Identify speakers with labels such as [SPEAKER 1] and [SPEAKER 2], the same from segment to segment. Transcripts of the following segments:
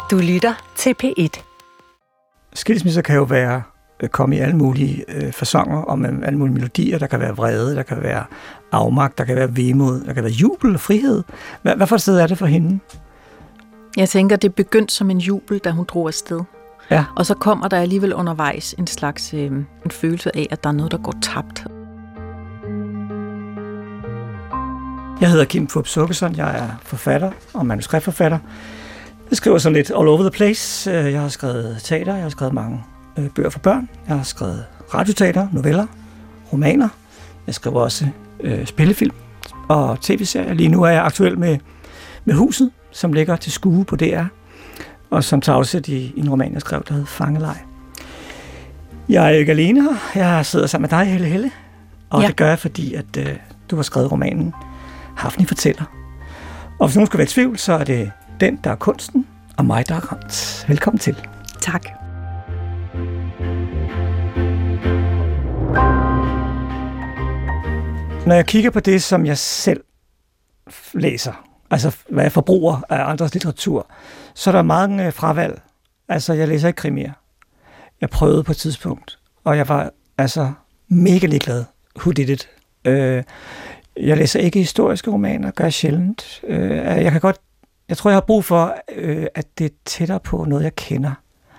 [SPEAKER 1] Du lytter til P1.
[SPEAKER 2] Skilsmisser kan jo komme i alle mulige faconer og med alle mulige melodier. Der kan være vrede, der kan være afmagt, der kan være vemod, der kan være jubel og frihed. Hvad for et sted er det for hende?
[SPEAKER 3] Jeg tænker, det begyndte som en jubel, da hun drog afsted.
[SPEAKER 2] Ja.
[SPEAKER 3] Og så kommer der alligevel undervejs en slags en følelse af, at der er noget, der går tabt.
[SPEAKER 2] Jeg hedder Kim Fupz Aakeson. Jeg er forfatter og manuskriptforfatter. Jeg skriver sådan lidt all over the place. Jeg har skrevet teater, jeg har skrevet mange bøger for børn. Jeg har skrevet radioteater, noveller, romaner. Jeg skriver også spillefilm og tv-serier. Lige nu er jeg aktuel med Huset, som ligger til skue på DR, og som tager afsæt i en roman, jeg skrev, der hedder Fangelej. Jeg er ikke alene her. Jeg sidder sammen med dig, Helle. Og det gør jeg, fordi at du har skrevet romanen Hafni fortæller. Og hvis nogen skulle være i tvivl, så er det den, der er kunsten, og mig, der er kunst. Velkommen til.
[SPEAKER 3] Tak.
[SPEAKER 2] Når jeg kigger på det, som jeg selv læser, altså hvad jeg forbruger af andres litteratur, så er der mange fravalg. Altså, jeg læser ikke krimier. Jeg prøvede på et tidspunkt, og jeg var altså mega ligeglad. Who did it? Jeg læser ikke historiske romaner, gør jeg sjældent. Jeg tror, jeg har brug for, at det er tættere på noget, jeg kender.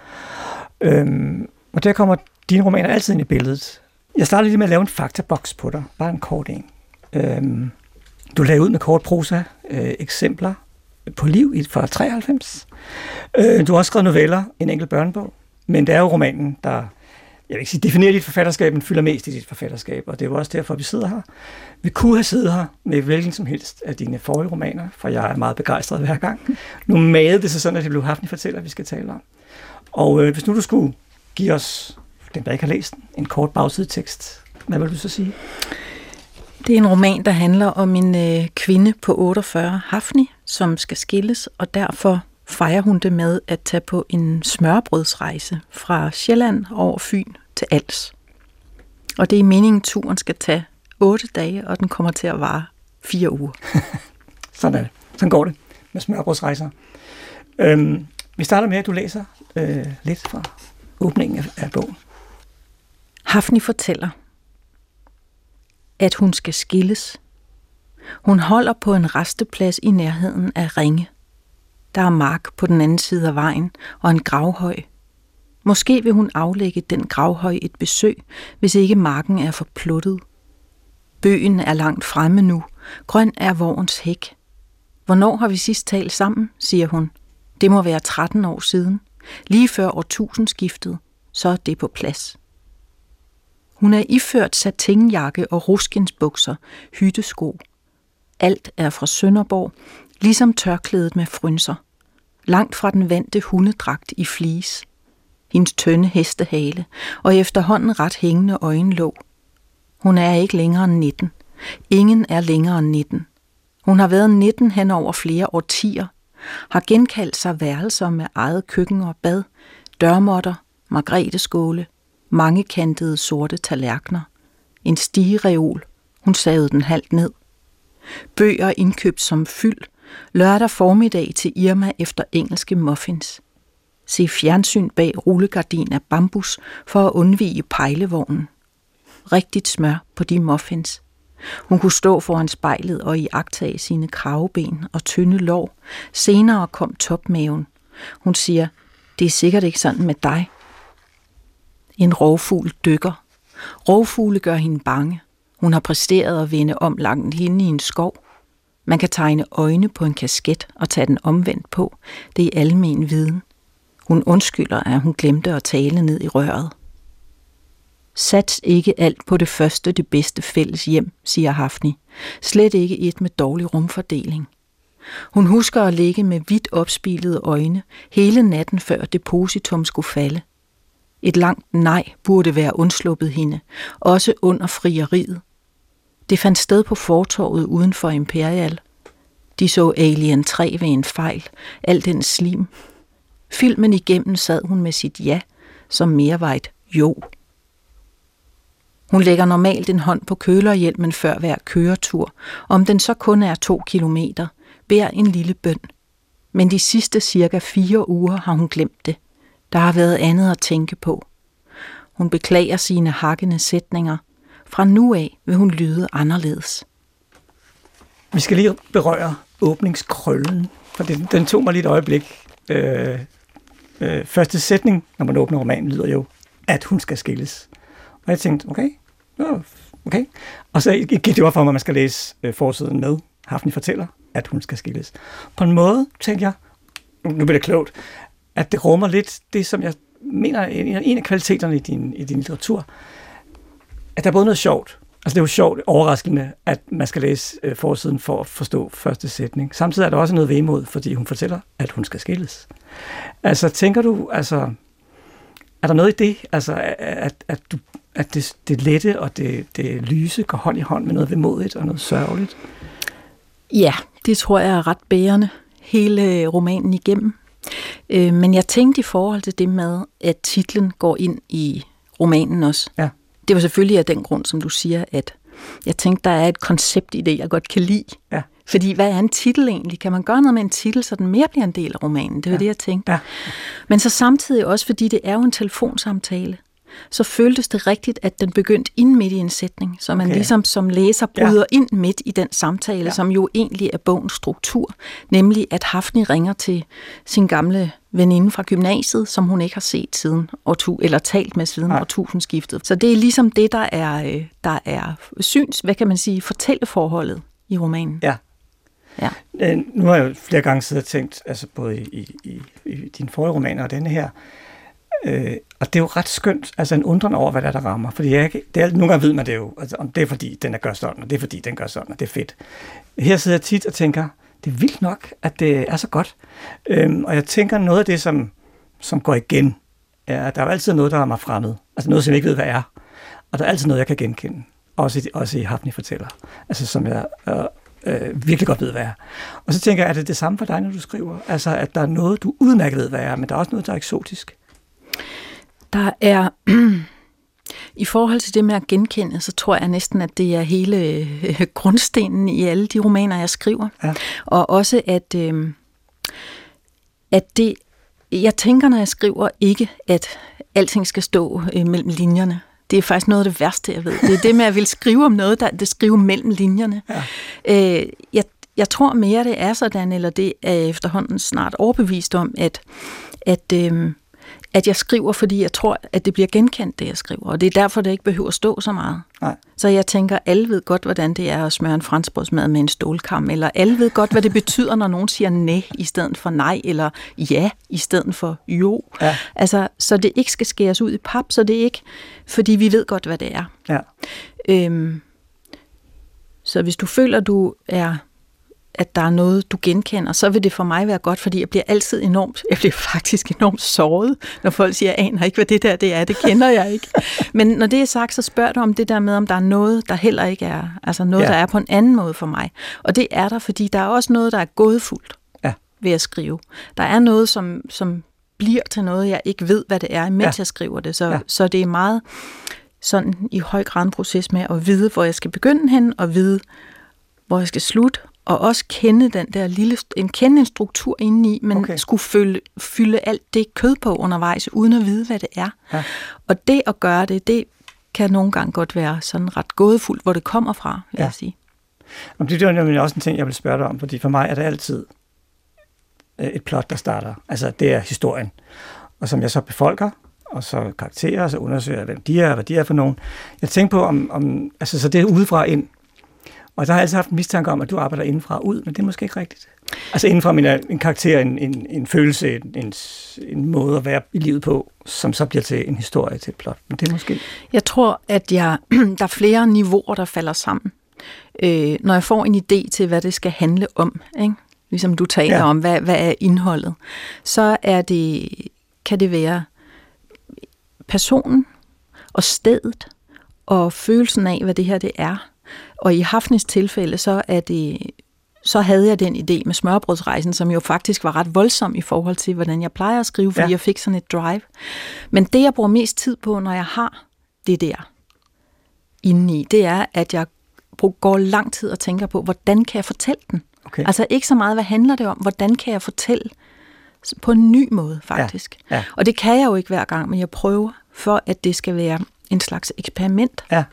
[SPEAKER 2] Og der kommer dine romaner altid ind i billedet. Jeg startede lige med at lave en faktaboks på dig, bare en kort en. Du lagde ud med kort prosa, eksempler på liv fra 93. Du har også skrevet noveller, en enkelt børnebog, men det er jo romanen, der, jeg vil ikke sige, definerer dit forfatterskab, men fylder mest i dit forfatterskab, og det er jo også derfor, vi sidder her. Vi kunne have siddet her med hvilken som helst af dine forrige romaner, for jeg er meget begejstret hver gang. Nu magede det sig sådan, at det blev Hafni fortæller, vi skal tale om. Og hvis nu du skulle give os, den der ikke har læst den, en kort bagsidetekst, hvad vil du så sige?
[SPEAKER 3] Det er en roman, der handler om en kvinde på 48, Hafni, som skal skilles, og derfor fejrer hun det med at tage på en smørbrødsrejse fra Sjælland over Fyn til Als. Og det er meningen, turen skal tage 8 dage, og den kommer til at vare 4 uger.
[SPEAKER 2] Sådan er det. Sådan går det med smørbrødsrejser. Vi starter med, at du læser lidt fra åbningen af bogen.
[SPEAKER 3] Hafni fortæller, at hun skal skilles. Hun holder på en rasteplads i nærheden af Ringe. Der er mark på den anden side af vejen og en gravhøj. Måske vil hun aflægge den gravhøj et besøg, hvis ikke marken er forpluttet. Bøgen er langt fremme nu. Grøn er vårens hæk. Hvornår har vi sidst talt sammen, siger hun. Det må være 13 år siden. Lige før årtusindskiftet, så er det på plads. Hun er iført satinjakke og ruskensbukser, hyttesko. Alt er fra Sønderborg, ligesom tørklædet med frynser. Langt fra den vante hundedragt i flis. Hendes tynde hestehale og efterhånden ret hængende øjenlåg. Hun er ikke længere end 19. Ingen er længere end 19. Hun har været 19 hen over flere årtier, har genkaldt sig værelser med eget køkken og bad, dørmåtter, margreteskåle, mangekantede sorte tallerkener, en stigereol, hun savede den halvt ned. Bøger indkøbt som fyld, lørdag formiddag til Irma efter engelske muffins. Se fjernsyn bag rullegardin af bambus for at undvige pejlevognen. Rigtigt smør på de muffins. Hun kunne stå foran spejlet og iagttage sine kraveben og tynde lår. Senere kom topmaven. Hun siger, det er sikkert ikke sådan med dig. En rovfugl dykker. Rovfugle gør hende bange. Hun har præsteret at vende om langt inde i en skov. Man kan tegne øjne på en kasket og tage den omvendt på. Det er almen viden. Hun undskylder, at hun glemte at tale ned i røret. Sats ikke alt på det første, det bedste fælles hjem, siger Hafni. Slet ikke et med dårlig rumfordeling. Hun husker at ligge med vidt opspilede øjne hele natten før depositum skulle falde. Et langt nej burde være undsluppet hende, også under frieriet. Det fandt sted på fortorvet uden for Imperial. De så Alien 3 ved en fejl, al den slim. Filmen igennem sad hun med sit ja, som mere var et jo. Hun lægger normalt en hånd på kølerhjelmen før hver køretur. Om den så kun er 2 kilometer, beder en lille bøn. Men de sidste cirka 4 uger har hun glemt det. Der har været andet at tænke på. Hun beklager sine hakkende sætninger. Fra nu af vil hun lyde anderledes.
[SPEAKER 2] Vi skal lige berøre åbningskrøllen, for den tog mig lige et øjeblik. Første sætning, når man åbner romanen, lyder jo, at hun skal skilles. Og jeg tænkte, okay. Og så gik det op for mig, at man skal læse forsiden med. Hafni fortæller, at hun skal skilles. På en måde, tænkte jeg, nu bliver det klogt, at det rummer lidt det, som jeg mener er en af kvaliteterne i din litteratur, at der er både noget sjovt. Altså det er jo sjovt, overraskende, at man skal læse forsiden for at forstå første sætning. Samtidig er der også noget vemod, fordi hun fortæller, at hun skal skilles. Altså tænker du, er der noget i det, at det lette og det lyse går hånd i hånd med noget vemodigt og noget sørgeligt?
[SPEAKER 3] Ja, det tror jeg er ret bærende hele romanen igennem. Men jeg tænkte i forhold til det med, at titlen går ind i romanen også. Ja. Det var selvfølgelig af den grund, som du siger, at jeg tænkte, der er et koncept i det, jeg godt kan lide. Ja. Fordi hvad er en titel egentlig? Kan man gøre noget med en titel, så den mere bliver en del af romanen? Det var det, jeg tænkte. Ja. Men så samtidig også, fordi det er jo en telefonsamtale, så føltes det rigtigt, at den begyndte ind midt i en sætning, så man ligesom som læser bryder ind midt i den samtale, som jo egentlig er bogens struktur, nemlig at Hafni ringer til sin gamle veninde fra gymnasiet, som hun ikke har set siden eller talt med siden årtusindskiftet. Så det er ligesom det, der er hvad kan man sige, fortælleforholdet i romanen. Ja.
[SPEAKER 2] Ja. Nu har jeg jo flere gange siddet og tænkt, altså både i dine forrige romaner og denne her, og det er jo ret skønt, altså en undren over, hvad der rammer. Fordi nogle gange ved man det jo, altså, om det er fordi, den gør sådan, og det er fordi, den gør sådan, og det er fedt. Her sidder jeg tit og tænker, det er vildt nok, at det er så godt. Og jeg tænker, noget af det, som går igen, er, at der er jo altid noget, der er mig fremmed. Altså noget, som jeg ikke ved, hvad er. Og der er altid noget, jeg kan genkende. Også i Hafni fortæller. Altså som jeg virkelig godt ved, hvad er. Og så tænker jeg, er det det samme for dig, når du skriver? Altså, at der er noget, du udmærket ved, hvad er, men der er også noget, der er eksotisk.
[SPEAKER 3] Der er, i forhold til det med at genkende, så tror jeg næsten, at det er hele grundstenen i alle de romaner, jeg skriver. Ja. Og også, at det, jeg tænker, når jeg skriver, ikke, at alting skal stå mellem linjerne. Det er faktisk noget af det værste, jeg ved. Det er det med, at jeg vil skrive om noget, det skriver mellem linjerne. Ja. Jeg tror mere, det er sådan, eller det er efterhånden snart overbevist om, at jeg skriver, fordi jeg tror, at det bliver genkendt, det jeg skriver. Og det er derfor, det ikke behøver at stå så meget. Nej. Så jeg tænker, alle ved godt, hvordan det er at smøre en franskbrødsmad med en stålkam, eller alle ved godt, hvad det betyder, når nogen siger nej i stedet for nej, eller ja i stedet for jo. Ja. Altså, så det ikke skal skæres ud i pap, så det er ikke, fordi vi ved godt, hvad det er. Ja. Så hvis du føler, at der er noget, du genkender, så vil det for mig være godt, fordi jeg bliver faktisk enormt såret, når folk siger, jeg aner ikke, hvad det der det er, det kender jeg ikke. Men når det er sagt, så spørger du om det der med, om der er noget, der heller ikke er, altså noget, der er på en anden måde for mig. Og det er der, fordi der er også noget, der er gådefuldt ved at skrive. Der er noget, som bliver til noget, jeg ikke ved, hvad det er, mens jeg skriver det. Så det er meget sådan i høj grad en proces med at vide, hvor jeg skal begynde hen, og vide, hvor jeg skal slutte, og også kende den der kende en struktur indeni, men skulle fylde alt det kød på undervejs, uden at vide, hvad det er. Ja. Og det at gøre det kan nogle gange godt være sådan ret gådefuldt, hvor det kommer fra, vil jeg sige.
[SPEAKER 2] Og det er jo også en ting, jeg vil spørge dig om, fordi for mig er det altid et plot, der starter. Altså, det er historien. Og som jeg så befolker, og så karakterer, og så undersøger, hvem de er, og hvad de er for nogen. Jeg tænker på, altså, så det er udefra ind. Og der har jeg altid haft en mistanke om, at du arbejder indenfra og ud, men det er måske ikke rigtigt. Altså indenfra en karakter, en følelse, en måde at være i livet på, som så bliver til en historie, til et plot. Men det er måske...
[SPEAKER 3] Jeg tror, at der er flere niveauer, der falder sammen. Når jeg får en idé til, hvad det skal handle om, ikke? Ligesom du taler om, hvad er indholdet, så kan det være personen og stedet og følelsen af, hvad det her det er. Og i Hafnis tilfælde, så havde jeg den idé med smørbrødsrejsen, som jo faktisk var ret voldsom i forhold til, hvordan jeg plejer at skrive, fordi jeg fik sådan et drive. Men det, jeg bruger mest tid på, når jeg har det der indeni, det er, at jeg går lang tid og tænker på, hvordan kan jeg fortælle den?
[SPEAKER 2] Okay.
[SPEAKER 3] Altså ikke så meget, hvad handler det om? Hvordan kan jeg fortælle på en ny måde, faktisk?
[SPEAKER 2] Ja.
[SPEAKER 3] Og det kan jeg jo ikke hver gang, men jeg prøver, for at det skal være en slags eksperiment.
[SPEAKER 2] Ja.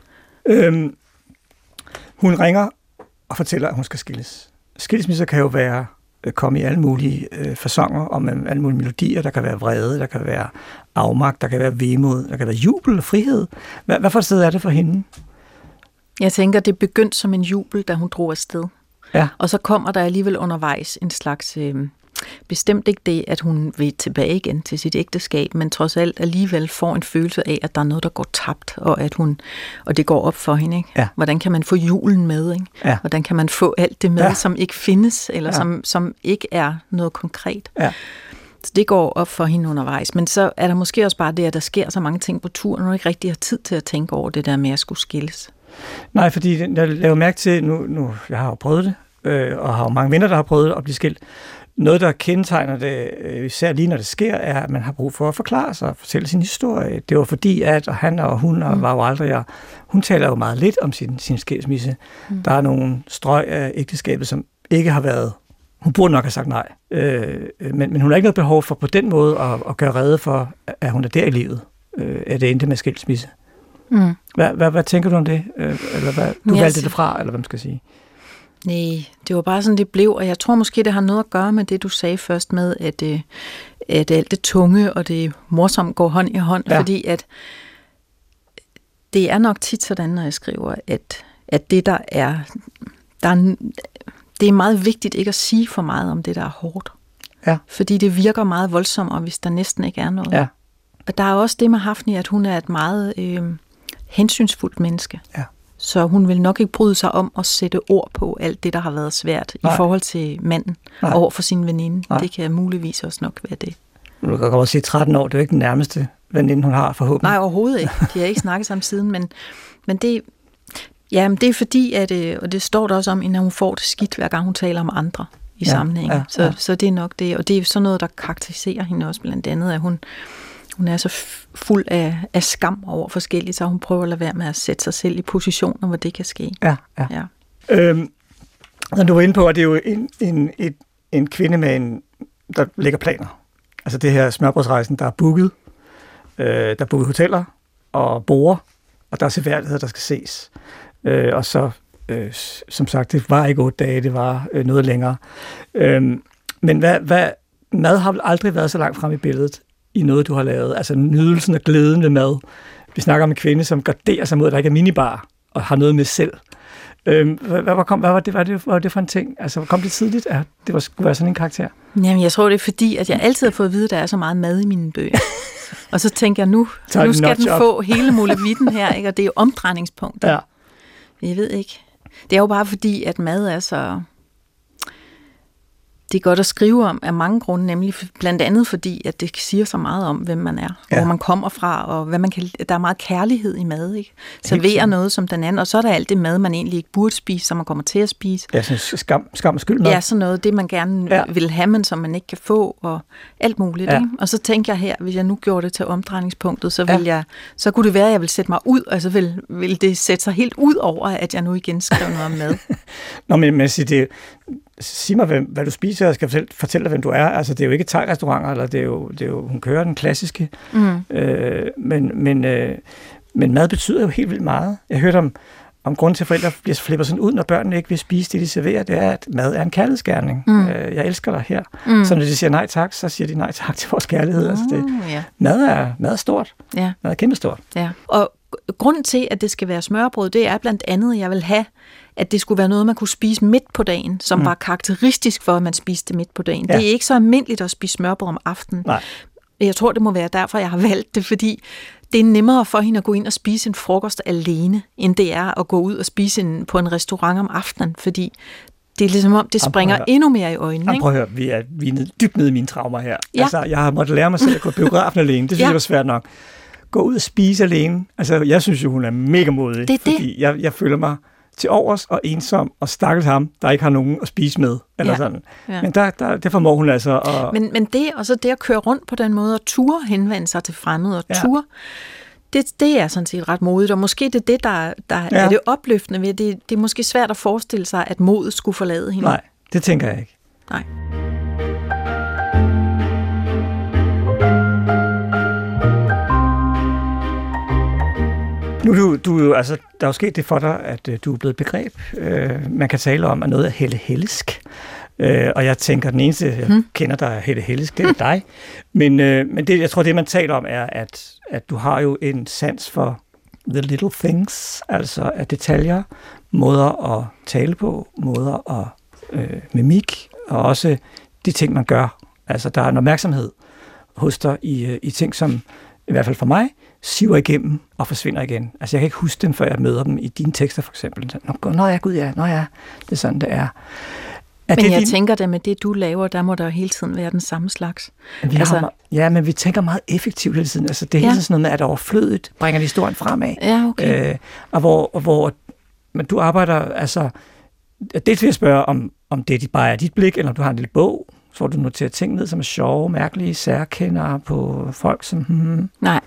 [SPEAKER 2] Hun ringer og fortæller, at hun skal skilles. Skilsmisser kan jo komme i alle mulige faconer, og med alle mulige melodier. Der kan være vrede, der kan være afmagt, der kan være vemod, der kan være jubel og frihed. Hvad for et sted er det for hende?
[SPEAKER 3] Jeg tænker, det begyndte som en jubel, da hun drog afsted.
[SPEAKER 2] Ja.
[SPEAKER 3] Og så kommer der alligevel undervejs en slags, bestemt ikke det, at hun vil tilbage igen til sit ægteskab, men trods alt alligevel får en følelse af, at der er noget, der går tabt, og det går op for hende. Ikke?
[SPEAKER 2] Ja.
[SPEAKER 3] Hvordan kan man få julen med? Ikke?
[SPEAKER 2] Ja.
[SPEAKER 3] Hvordan kan man få alt det med, som ikke findes, eller som ikke er noget konkret?
[SPEAKER 2] Ja.
[SPEAKER 3] Så det går op for hende undervejs. Men så er der måske også bare det, at der sker så mange ting på turen, og hun ikke rigtig har tid til at tænke over det der med at skulle skilles.
[SPEAKER 2] Nej, fordi jeg laver mærke til, nu jeg har jo prøvet det, og har jo mange venner, der har prøvet at blive skilt. Noget, der kendetegner det, især lige når det sker, er, at man har brug for at forklare sig og fortælle sin historie. Det var fordi, at han og hun var jo aldrig, hun taler jo meget lidt om sin skilsmisse. Der er nogle strøg af ægteskabet, som ikke har været, hun burde nok have sagt nej, men hun har ikke noget behov for på den måde at gøre rede for, at hun er der i livet, at det endte med skilsmisse. Hvad tænker du om det? Eller hvad, du valgte det fra, eller hvad man skal sige?
[SPEAKER 3] Nej, det var bare sådan, det blev, og jeg tror måske, det har noget at gøre med det, du sagde først med, at alt det tunge og det morsomt går hånd i hånd, fordi at det er nok tit sådan, når jeg skriver, at det, det er meget vigtigt ikke at sige for meget om det, der er hårdt.
[SPEAKER 2] Ja.
[SPEAKER 3] Fordi det virker meget voldsomt, hvis der næsten ikke er noget.
[SPEAKER 2] Ja.
[SPEAKER 3] Og der er også det med Hafni, at hun er et meget hensynsfuldt menneske.
[SPEAKER 2] Ja.
[SPEAKER 3] Så hun vil nok ikke bryde sig om at sætte ord på alt det, der har været svært i forhold til manden og over for sin veninde. Nej. Det kan muligvis også nok være det.
[SPEAKER 2] Du kan godt sige 13 år, det er jo ikke den nærmeste veninde, hun har forhåbentlig.
[SPEAKER 3] Nej, overhovedet ikke. De har ikke snakket sammen siden, men det, det er fordi, at, og det står der også om, at hun får det skidt, hver gang hun taler om andre i sammenhængen. Så det er nok det, og det er sådan noget, der karakteriserer hende også blandt andet, at hun er så fuld af skam over forskelligt, så hun prøver at lade være med at sætte sig selv i positioner, hvor det kan ske.
[SPEAKER 2] Ja. Når du var inde på, at det er jo en kvinde med der lægger planer. Altså det her smørbrødsrejsen, der er booket. Der er booket hoteller og borde, og der er seværdigheder, der skal ses. Og så, som sagt, det var ikke 8 dage, det var noget længere. Men mad har vel aldrig været så langt frem i billedet i noget, du har lavet. Altså nydelsen og glæden ved mad. Vi snakker om en kvinde, som garderer sig mod, at der ikke er minibar, og har noget med selv. Hvad var det for en ting? Altså, kom det tidligt, at det skulle være sådan en karakter?
[SPEAKER 3] Jamen, jeg tror, det er fordi, at jeg altid har fået at vide, at der er så meget mad i mine bøger. Og så tænker jeg, nu skal den få hele muligheden her, ikke? Og det er jo omdrejningspunktet. Ja. Jeg ved ikke. Det er jo bare fordi, at mad er så... Det er godt at skrive om af mange grunde, nemlig blandt andet fordi, at det siger så meget om, hvem man er, hvor man kommer fra, og hvad man kan. Der er meget kærlighed i mad, ikke? Serverer noget som den anden, og så er der alt det mad, man egentlig ikke burde spise, som man kommer til at spise.
[SPEAKER 2] Ja, sådan skam og skyld mad.
[SPEAKER 3] Ja, sådan noget, det man gerne vil have, men som man ikke kan få, og alt muligt. Ikke? Og så tænker jeg her, hvis jeg nu gjorde det til omdrejningspunktet, så kunne det være, at jeg ville sætte mig ud, og så ville det sætte sig helt ud over, at jeg nu igen skrev noget om mad.
[SPEAKER 2] Nå, men sig mig, hvad du spiser, og jeg skal fortælle dig, hvem du er. Altså, det er jo ikke thai-restauranter, eller det er jo, hun kører den klassiske. Men mad betyder jo helt vildt meget. Jeg hørte om grunden til, at forældre bliver flipper sådan ud, når børnene ikke vil spise det, de serverer, det er, at mad er en kærlighedsgerning. Jeg elsker dig her. Så når de siger nej tak, så siger de nej tak til vores kærlighed. Mad er stort. Ja. Mad er kæmpestort.
[SPEAKER 3] Ja. Og grunden til, at det skal være smørbrød, det er blandt andet, at jeg vil have, at det skulle være noget, man kunne spise midt på dagen, som var karakteristisk for, at man spiste midt på dagen. Ja. Det er ikke så almindeligt at spise smørbrød om aftenen. Nej. Jeg tror, det må være derfor, jeg har valgt det, fordi det er nemmere for hende at gå ind og spise en frokost alene, end det er at gå ud og spise på en restaurant om aftenen, fordi det er ligesom om, det springer endnu mere i øjnene.
[SPEAKER 2] Prøv at høre, vi er dybt nede i mine traumer her. Ja. Altså, jeg har måttet lære mig selv at gå biografen alene. Det synes jeg var svært nok. Gå ud og spise alene. Altså, jeg synes jo, hun er mega modig. Fordi jeg føler mig til overs og ensom, og stakkels ham, der ikke har nogen at spise med, eller sådan. Ja. Men det formår hun altså at...
[SPEAKER 3] Men det, og så det at køre rundt på den måde, og ture henvende sig til fremmede, og ture, det er sådan set ret modigt, og måske det er det, der er det opløftende ved. Det er måske svært at forestille sig, at modet skulle forlade hende.
[SPEAKER 2] Det tænker jeg ikke.
[SPEAKER 3] Nej.
[SPEAKER 2] Nu altså, der er jo sket det for dig, at du er blevet begreb. Man kan tale om, at noget er Helle Hellesk. Og jeg tænker, den eneste, jeg kender, der er Helle Hellesk, det er dig. Men det, jeg tror, det man taler om, er, at du har jo en sans for the little things, altså at detaljer, måder at tale på, måder at mimik, og også de ting, man gør. Altså, der er en opmærksomhed hos dig i ting, som i hvert fald for mig, siver igennem og forsvinder igen. Altså, jeg kan ikke huske dem, før jeg møder dem i dine tekster, for eksempel. Nå ja, gud ja, det er sådan, det er.
[SPEAKER 3] Men jeg tænker da med det, du laver, der må der hele tiden være den samme slags.
[SPEAKER 2] Men vi tænker meget effektivt hele tiden. Altså, det er hele tiden sådan noget med, at overflødigt bringer historien fremad.
[SPEAKER 3] Ja, okay.
[SPEAKER 2] Og hvor men du arbejder, altså, det vil jeg spørge, om det bare er dit blik, eller om du har en lille bog, så du noterer ting ned, som er sjove, mærkelige, særkendere på folk, som...
[SPEAKER 3] Nej,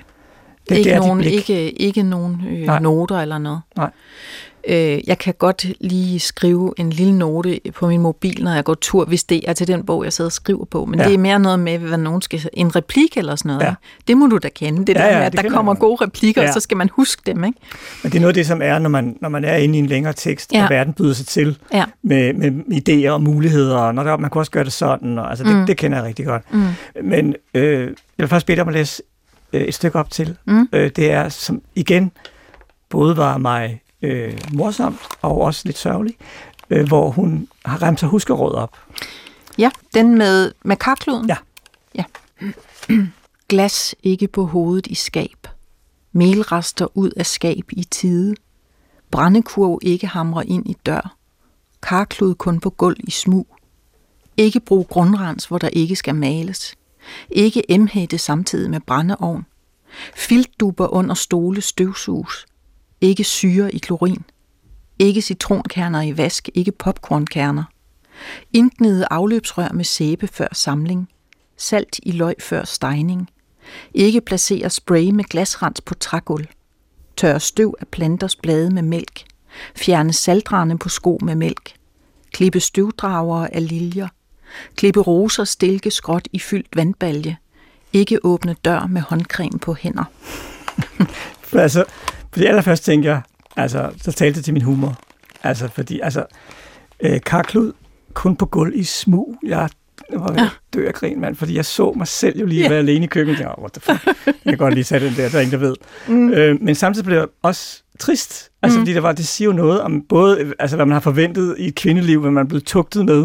[SPEAKER 3] ikke nogen noter eller noget.
[SPEAKER 2] Nej.
[SPEAKER 3] Jeg kan godt lige skrive en lille note på min mobil, når jeg går tur, hvis det er til den bog, jeg sidder og skriver på. Men det er mere noget med, hvad nogen skal... En replik eller sådan noget. Ja. Det må du da kende. Det der med, at der kommer gode replikker, og så skal man huske dem, ikke?
[SPEAKER 2] Men det er noget af det, som er, når man er inde i en længere tekst, og verden byder sig til med idéer og muligheder, og man kan også gøre det sådan, og altså, det kender jeg rigtig godt. Men jeg vil faktisk bede dig om at læse et stykke op til. Det er, som igen, både var mig morsomt og også lidt sørgelig, hvor hun har ramt sig huskeråd op.
[SPEAKER 3] Ja, den med karkluden?
[SPEAKER 2] Ja.
[SPEAKER 3] Glas ikke på hovedet i skab. Melrester ud af skab i tide. Brændekurv ikke hamrer ind i dør. Karklud kun på gulv i smug. Ikke brug grundrens, hvor der ikke skal males. Ikke emhætte samtidig med brændeovn. Filtduber under stole støvsuges. Ikke syre i klorin. Ikke citronkerner i vask, ikke popcornkerner. Indgnide afløbsrør med sæbe før samling. Salt i løg før stegning. Ikke placere spray med glasrens på trægulv. Tørre støv af planters blade med mælk. Fjerne saltrande på sko med mælk. Klippe støvdragere af liljer. Klippe roser stilke skråt i fyldt vandbalje. Ikke åbne dør med håndcreme på hænder.
[SPEAKER 2] Altså, for det allerførst tænker jeg, altså, så talte det til min humor. Altså, fordi, karklud kun på gulv i smug. Jeg var ved at dø af grin, mand, fordi jeg så mig selv jo lige være alene i køkkenet. Jeg what the fuck? Jeg kan godt lige sætte den der er ingen, der ved. Men samtidig blev jeg også trist, altså, fordi det siger jo noget om både, altså, hvad man har forventet i et kvindeliv, hvad man er blevet tugtet med,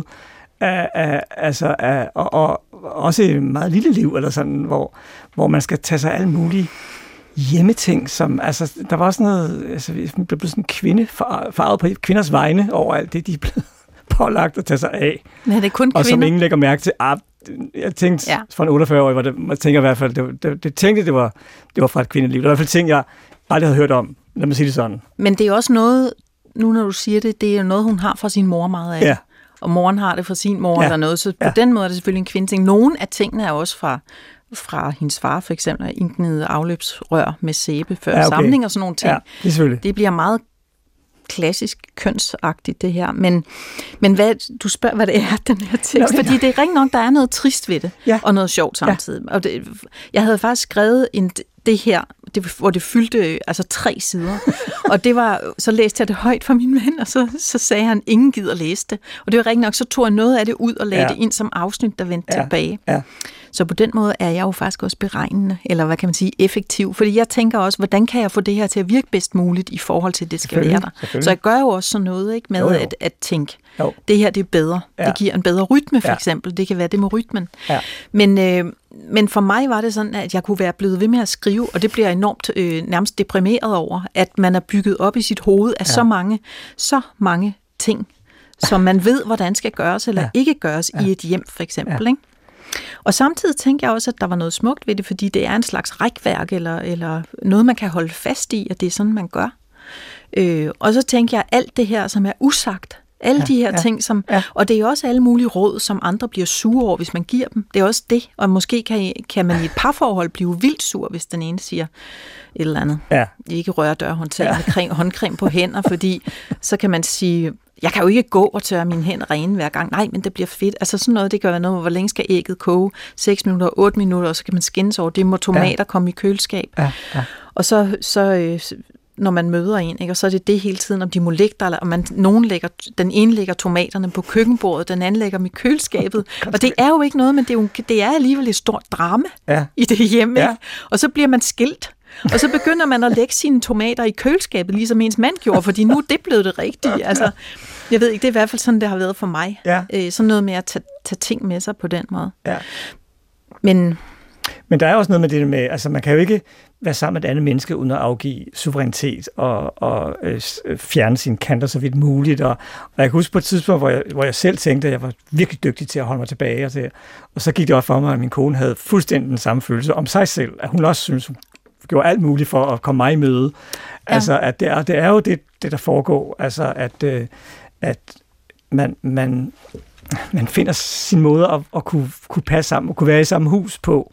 [SPEAKER 2] og også et meget lille liv, eller sådan, hvor man skal tage sig alle mulige hjemmeting, som, altså, der var også noget, altså, vi blev blevet sådan farvet på kvinders vegne over alt det, de er blevet pålagt at tage sig af.
[SPEAKER 3] Men er det kun
[SPEAKER 2] og
[SPEAKER 3] kvinder?
[SPEAKER 2] Som ingen lægger mærke til. Jeg tænkte, for en 48-årig, jeg tænker i hvert fald, det var fra et kvindeliv. Det var i hvert fald ting, jeg aldrig havde hørt om, lad mig sige det sådan.
[SPEAKER 3] Men det er også noget, nu når du siger det, det er noget, hun har fra sin mor meget af. Ja. Og moren har det fra sin mor eller noget, så på den måde er det selvfølgelig en kvindeting. Nogle af tingene er også fra hendes far, for eksempel, indgnide afløbsrør med sæbe før samling og sådan nogle ting.
[SPEAKER 2] Ja,
[SPEAKER 3] det bliver meget klassisk kønsagtigt, det her. Men du spørger, hvad det er, den her tekst, fordi det er rigtig nok, der er noget trist ved det, og noget sjovt samtidig. Og jeg havde faktisk skrevet det her, hvor det fyldte 3 sider, og det var, så læste jeg det højt for min ven, og så sagde han, ingen gider læse det. Og det var rigtig nok, så tog jeg noget af det ud og lagde det ind som afsnit, der vendte tilbage. Ja. Så på den måde er jeg jo faktisk også beregnende, eller hvad kan man sige, effektiv. Fordi jeg tænker også, hvordan kan jeg få det her til at virke bedst muligt i forhold til, at det skal være der. Så jeg gør jo også sådan noget, ikke, med at tænke, det her det er bedre. Ja. Det giver en bedre rytme, for eksempel. Det kan være det med rytmen. Ja. Men for mig var det sådan, at jeg kunne være blevet ved med at skrive, og det bliver enormt nærmest deprimeret over, at man er bygget op i sit hoved af så mange ting, som man ved, hvordan skal gøres eller ikke gøres i et hjem, for eksempel, ikke? Og samtidig tænker jeg også, at der var noget smukt ved det, fordi det er en slags rækværk, eller noget, man kan holde fast i, at det er sådan, man gør. Og så tænker jeg, alt det her, som er usagt, alle de her ting, som, og det er også alle mulige råd, som andre bliver sure over, hvis man giver dem. Det er også det, og måske kan man i et parforhold blive vildt sur, hvis den ene siger et eller andet. Ja. Ikke røre dørhåndtag med håndcreme på hænder, fordi så kan man sige, jeg kan jo ikke gå og tørre mine hænder rene hver gang. Nej, men det bliver fedt. Altså sådan noget, det kan være noget, hvor længe skal ægget koge? 6 minutter, 8 minutter, og så kan man skændes over. Det må tomater komme i køleskab.
[SPEAKER 2] Ja.
[SPEAKER 3] Og så når man møder en, ikke? Og så er det hele tiden, om de må ligge der, og den ene lægger tomaterne på køkkenbordet, den anden lægger dem i køleskabet. Og det er jo ikke noget, men det er alligevel et stort drama i det hjemme. Ikke? Og så bliver man skilt. Og så begynder man at lægge sine tomater i køleskabet, ligesom ens mand gjorde, fordi nu er det blevet det rigtige. Altså, jeg ved ikke, det er i hvert fald sådan, det har været for mig. Ja. Sådan noget med at tage ting med sig på den måde. Ja. Men
[SPEAKER 2] der er også noget med det med, altså man kan jo ikke være sammen med et andet menneske uden at afgive suverænitet og fjerne sine kanter så vidt muligt. Og jeg kan huske på et tidspunkt, hvor jeg selv tænkte, at jeg var virkelig dygtig til at holde mig tilbage. Og så gik det op for mig, at min kone havde fuldstændig den samme følelse om sig selv. At hun også synes, hun gjorde alt muligt for at komme mig i møde. Ja. Altså, at det er jo det, der foregår. Altså, at man finder sin måde at kunne passe sammen, og kunne være i samme hus på.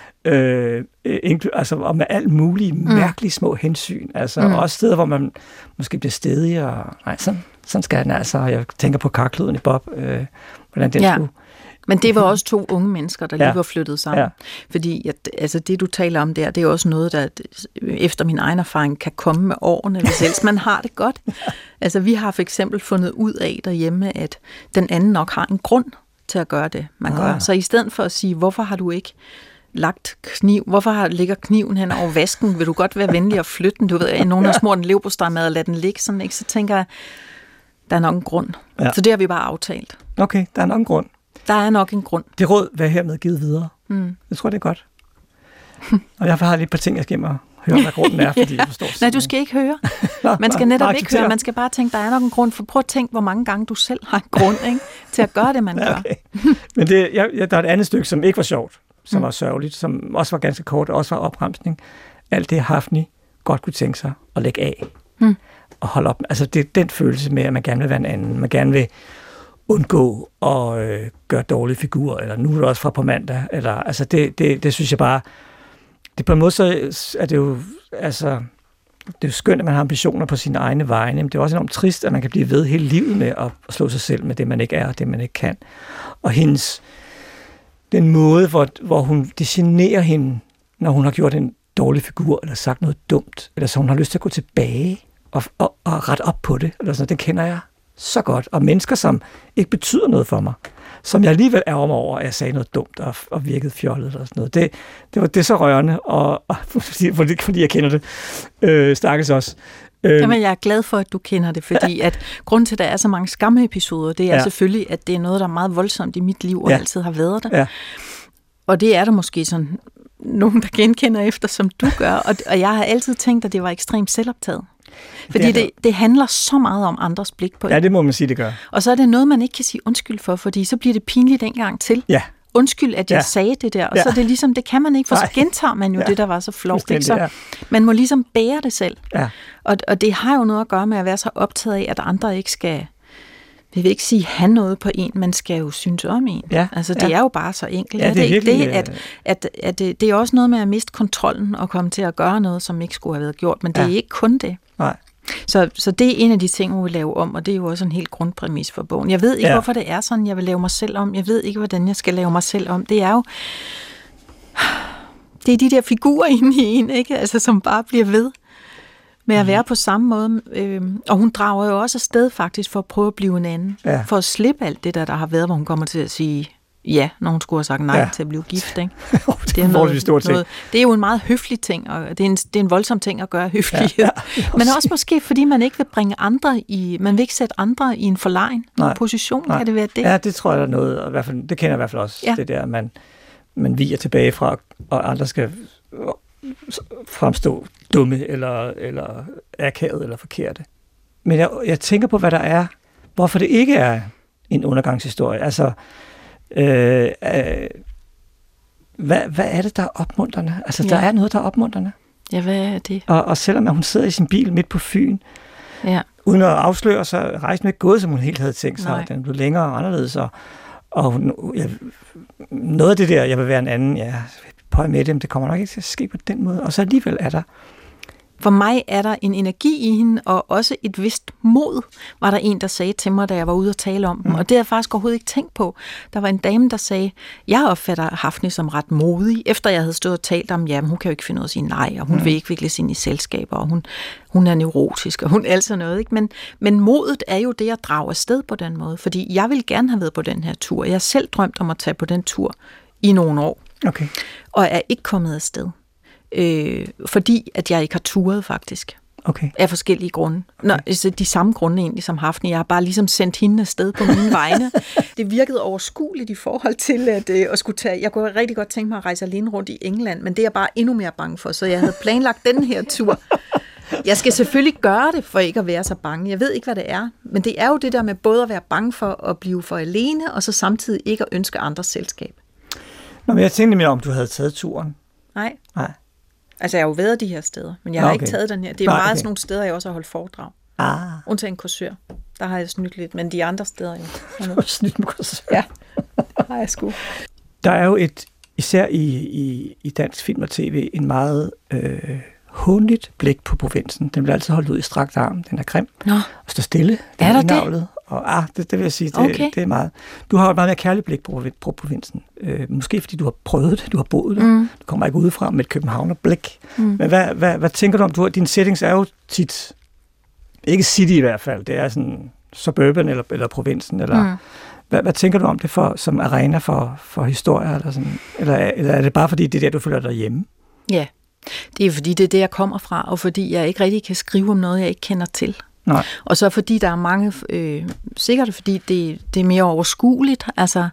[SPEAKER 2] Altså, og med alt muligt mærkelige små hensyn. Altså, også steder, hvor man måske bliver stedig, og nej, sådan skal den altså. Jeg tænker på karkloden i Bob, hvordan den skulle.
[SPEAKER 3] Men det var også 2 unge mennesker, der lige var flyttet sammen. Ja. Fordi altså det, du taler om der, det er også noget, der efter min egen erfaring kan komme med årene, hvis ellers man har det godt. Altså vi har for eksempel fundet ud af derhjemme, at den anden nok har en grund til at gøre det, man gør. Så i stedet for at sige, hvorfor har du ikke lagt kniv, hvorfor ligger kniven hen over vasken, vil du godt være venlig at flytte den? Du ved, nogen har smurt en leverpostejmad og lader den ligge sådan, ikke? Så tænker jeg, der er nok en grund. Ja. Så det har vi bare aftalt.
[SPEAKER 2] Okay, der er nok en grund.
[SPEAKER 3] Der er nok en grund.
[SPEAKER 2] Det råd vil jeg hermed givet videre. Jeg tror, det er godt. Og jeg har lige et par ting, jeg skal høre, hvad grunden er, fordi jeg forstår.
[SPEAKER 3] Nej, du skal ikke høre. Man skal netop ikke høre. Man skal bare tænke, der er nok en grund. For prøv at tænke, hvor mange gange du selv har en grund, ikke, til at gøre det, man gør.
[SPEAKER 2] Men der er et andet stykke, som ikke var sjovt, som var sørgeligt, som også var ganske kort, og også var opremsning. Alt det, Hafni godt kunne tænke sig at lægge af. Og holde op. Altså, det er den følelse med, at man gerne vil være en anden. Man gerne vil undgå at gøre dårlige figurer, eller nu er det også fra på mandag, eller, altså det synes jeg bare, det på en måde så er det jo, altså, det er jo skønt, at man har ambitioner på sine egne vegne, men det er også enormt trist, at man kan blive ved hele livet med at slå sig selv med det, man ikke er, og det, man ikke kan. Og den måde, hvor det generer hende, når hun har gjort en dårlig figur, eller sagt noget dumt, eller så hun har lyst til at gå tilbage og rette op på det, eller sådan, det kender jeg så godt, og mennesker, som ikke betyder noget for mig, som jeg alligevel ærger mig over, at jeg sagde noget dumt og virkede fjollet eller sådan noget. Det er så rørende, og fordi jeg kender det. Stakkels også.
[SPEAKER 3] Jamen, jeg er glad for, at du kender det, fordi at grunden til, at der er så mange skammeepisoder, det er selvfølgelig, at det er noget, der er meget voldsomt i mit liv, og altid har været der. Ja. Og det er der måske sådan nogen, der genkender efter, som du gør, og jeg har altid tænkt, at det var ekstremt selvoptaget. Fordi det handler så meget om andres blik på det.
[SPEAKER 2] Ja, det må man sige, det gør.
[SPEAKER 3] Og så er det noget, man ikke kan sige undskyld for, fordi så bliver det pinligt en gang til. Ja. Undskyld, at jeg sagde det der. Og så er det ligesom, det kan man ikke, for så gentager man jo det, der var så flot. Så man må ligesom bære det selv. Ja. Og det har jo noget at gøre med at være så optaget af, at andre ikke skal, vi vil ikke sige have noget på en, man skal jo synes om en. Ja. Altså, det er jo bare så enkelt. Ja, det er virkelig, det er også noget med at miste kontrollen og komme til at gøre noget, som ikke skulle have været gjort, men det er ikke kun det. Nej. Så det er en af de ting, hun vil lave om, og det er jo også en helt grundpræmis for bogen. Jeg ved ikke, hvorfor det er sådan, jeg vil lave mig selv om. Jeg ved ikke, hvordan jeg skal lave mig selv om. Det er jo det er de der figurer inde i en, ikke? Altså, som bare bliver ved med at være på samme måde. Og hun drager jo også afsted faktisk for at prøve at blive en anden. Ja. For at slippe alt det, der har været, hvor hun kommer til at sige ja, når hun skulle have sagt nej til at blive gift. Ikke?
[SPEAKER 2] Det er noget,
[SPEAKER 3] det er jo en meget høflig ting, og det er en voldsom ting at gøre høflighed. Men også måske, fordi man ikke vil bringe andre man vil ikke sætte andre i en forlegen position. Kan det være det?
[SPEAKER 2] Ja, det tror jeg, der er noget, i hvert fald, det kender jeg i hvert fald også, det der, man viger tilbage fra, og andre skal fremstå dumme, eller akavet, eller forkerte. Men jeg tænker på, hvad der er, hvorfor det ikke er en undergangshistorie. Altså, hvad er det, der er opmuntrende? Altså, der er noget, der er opmuntrende.
[SPEAKER 3] Ja, hvad er det?
[SPEAKER 2] Og selvom hun sidder i sin bil midt på Fyn, uden at afsløre, så rejsen ikke gået, som hun helt havde tænkt sig. Den blev længere og anderledes. Og noget af det der, jeg vil være en anden, pøj med dem, det kommer nok ikke til at ske på den måde. Og så alligevel er der
[SPEAKER 3] For mig er der en energi i hende, og også et vist mod, var der en, der sagde til mig, da jeg var ude og tale om dem. Og det har jeg faktisk overhovedet ikke tænkt på. Der var en dame, der sagde, jeg opfatter Hafni som ret modig, efter jeg havde stået og talt om, jamen hun kan jo ikke finde ud af at sige nej, og hun vil ikke vikles ind i selskaber, og hun er neurotisk, og hun er altså noget. Ikke? Men modet er jo det, at drage afsted på den måde, fordi jeg vil gerne have været på den her tur. Jeg har selv drømt om at tage på den tur i nogle år, og er ikke kommet afsted. Fordi at jeg ikke har turet faktisk. Af forskellige grunde. Altså de samme grunde egentlig som Hafni. Jeg har bare ligesom sendt hende afsted på mine vegne. Det virkede overskueligt i forhold til at skulle tage. Jeg kunne rigtig godt tænke mig at rejse alene rundt i England, men det er jeg bare endnu mere bange for, så jeg havde planlagt den her tur. Jeg skal selvfølgelig gøre det, for ikke at være så bange. Jeg ved ikke, hvad det er, men det er jo det der med både at være bange for at blive for alene, og så samtidig ikke at ønske andres selskab.
[SPEAKER 2] Men jeg tænkte mere om, du havde taget turen.
[SPEAKER 3] Nej. Altså, jeg har jo været de her steder, men jeg har ikke taget den her. Det er meget sådan nogle steder, jeg også har holdt foredrag. Undtagen Korsør. Der har jeg snydt lidt, men de andre steder jo.
[SPEAKER 2] Du har snydt med Korsør?
[SPEAKER 3] Ja, det har jeg sgu.
[SPEAKER 2] Der er jo især i dansk film og tv, en meget hånligt blik på provinsen. Den bliver altid holdt ud i strakt arm. Den er grim. Og står stille. Den er indavlet. Og det vil jeg sige, det er meget. Du har et meget mere kærligt blik på provinsen. Måske fordi du har prøvet det, du har boet der. Du kommer ikke udefra med et københavnerblik. Men hvad tænker du om? Dine settings er jo tit, ikke city i hvert fald, det er sådan suburban eller provinsen. Eller, hvad tænker du om det som arena for historier? Eller, sådan? Eller er det bare fordi, det er der, du føler dig hjemme?
[SPEAKER 3] Ja, det er fordi, det er det, jeg kommer fra, og fordi jeg ikke rigtig kan skrive om noget, jeg ikke kender til.
[SPEAKER 2] Nej.
[SPEAKER 3] Og så fordi der er mange, sikkert fordi det er mere overskueligt, altså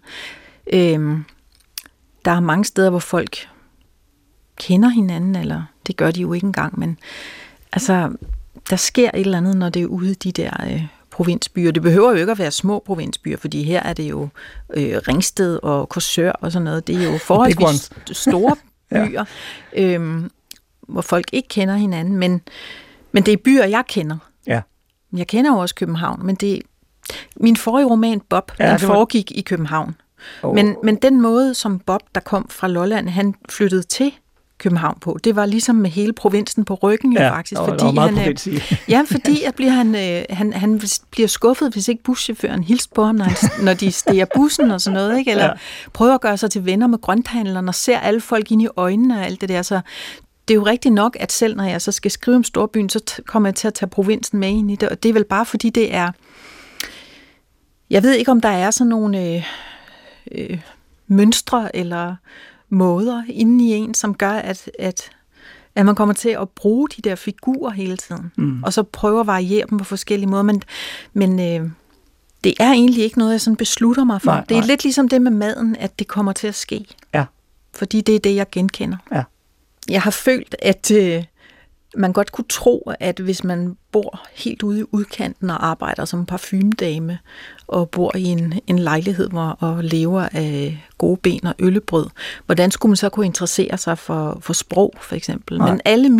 [SPEAKER 3] der er mange steder, hvor folk kender hinanden, eller det gør de jo ikke engang, men altså der sker et eller andet, når det er ude i de der provinsbyer. Det behøver jo ikke at være små provinsbyer, fordi her er det jo Ringsted og Korsør og sådan noget, det er jo forholdsvis store byer, hvor folk ikke kender hinanden, men det er byer, jeg kender.
[SPEAKER 2] Ja.
[SPEAKER 3] Jeg kender jo også København, men min forrige roman, Bob, den foregik i København. Men den måde, som Bob, der kom fra Lolland, han flyttede til København på, det var ligesom med hele provinsen på ryggen, jo faktisk. Fordi han bliver skuffet, hvis ikke buschaufføren hilste på ham, når de steger bussen og sådan noget, ikke? Eller prøver at gøre sig til venner med grønthandleren og ser alle folk ind i øjnene og alt det der, så det er jo rigtigt nok, at selv når jeg så skal skrive om storbyen, så kommer jeg til at tage provinsen med ind i det, og det er vel bare fordi det er, jeg ved ikke om der er sådan nogle mønstre eller måder inde i en, som gør, at man kommer til at bruge de der figurer hele tiden, og så prøve at variere dem på forskellige måder, men det er egentlig ikke noget, jeg sådan beslutter mig for. Det er lidt ligesom det med maden, at det kommer til at ske.
[SPEAKER 2] Ja.
[SPEAKER 3] Fordi det er det, jeg genkender.
[SPEAKER 2] Ja. Jeg
[SPEAKER 3] har følt, at man godt kunne tro, at hvis man bor helt ude i udkanten og arbejder som parfumedame og bor i en lejlighed og lever af gode ben og øllebrød, hvordan skulle man så kunne interessere sig for sprog, for eksempel? Nej. Men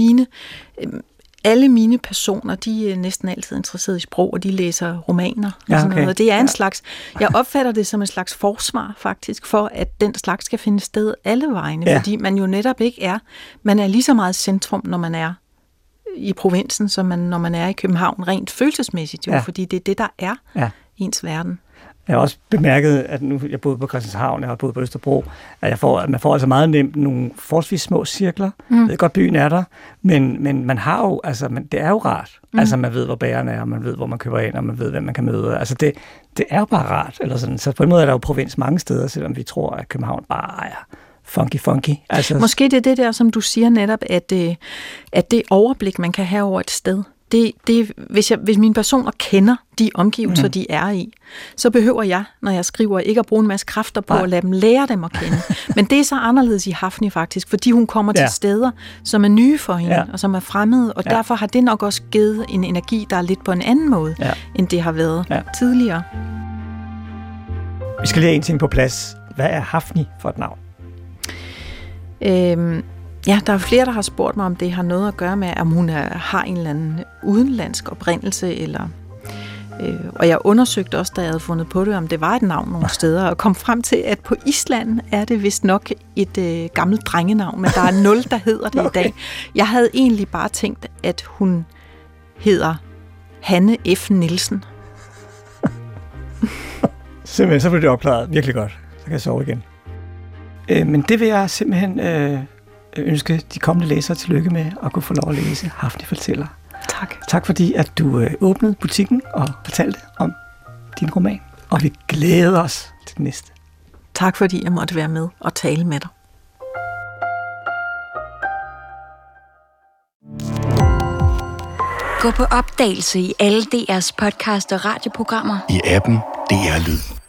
[SPEAKER 3] alle mine personer, de er næsten altid interesseret i sprog, og de læser romaner og sådan noget. Og det er en slags, jeg opfatter det som en slags forsvar faktisk, for at den slags skal finde sted alle vegne, fordi man jo netop ikke man er lige så meget centrum, når man er i provinsen, som når man er i København, rent følelsesmæssigt jo, fordi det er det, der er ens verden.
[SPEAKER 2] Jeg har også bemærket, at nu jeg boede på Christianshavn, jeg har boet på Østerbro, at man får altså meget nemt nogle forholdsvis små cirkler. Jeg ved godt, byen er der, men man har jo, altså det er jo rart. Altså man ved, hvor bageren er, og man ved, hvor man køber ind, og man ved, hvem man kan møde. Altså det er jo bare rart. Eller sådan. Så på en måde er der jo provins mange steder, selvom vi tror, at København bare er funky. Altså,
[SPEAKER 3] måske det er det der, som du siger netop, at det overblik, man kan have over et sted, hvis mine personer kender de omgivelser, de er i, så behøver jeg, når jeg skriver, ikke at bruge en masse kræfter på at lade dem lære dem at kende. Men det er så anderledes i Hafni faktisk, fordi hun kommer til steder, som er nye for hende, og som er fremmede, og derfor har det nok også givet en energi, der er lidt på en anden måde, end det har været tidligere.
[SPEAKER 2] Vi skal lige have en ting på plads. Hvad er Hafni for et navn?
[SPEAKER 3] Ja, der er flere, der har spurgt mig, om det har noget at gøre med, om hun har en eller anden udenlandsk oprindelse, eller Og jeg undersøgte også, da jeg havde fundet på det, om det var et navn nogle steder, og kom frem til, at på Island er det vist nok et gammelt drengenavn, men der er 0, der hedder det i dag. Jeg havde egentlig bare tænkt, at hun hedder Hanne F. Nielsen.
[SPEAKER 2] Simpelthen, så blev det opklaret virkelig godt. Så kan jeg sove igen. Men det vil jeg simpelthen ønske de kommende læsere tillykke med at kunne få lov at læse Hafni fortæller.
[SPEAKER 3] Tak.
[SPEAKER 2] Tak fordi, at du åbnede butikken og fortalte om din roman. Og vi glæder os til den næste.
[SPEAKER 3] Tak fordi jeg måtte være med og tale med dig.
[SPEAKER 1] Gå på opdagelse i alle DR's podcast og radioprogrammer.
[SPEAKER 4] I appen DR Lyd.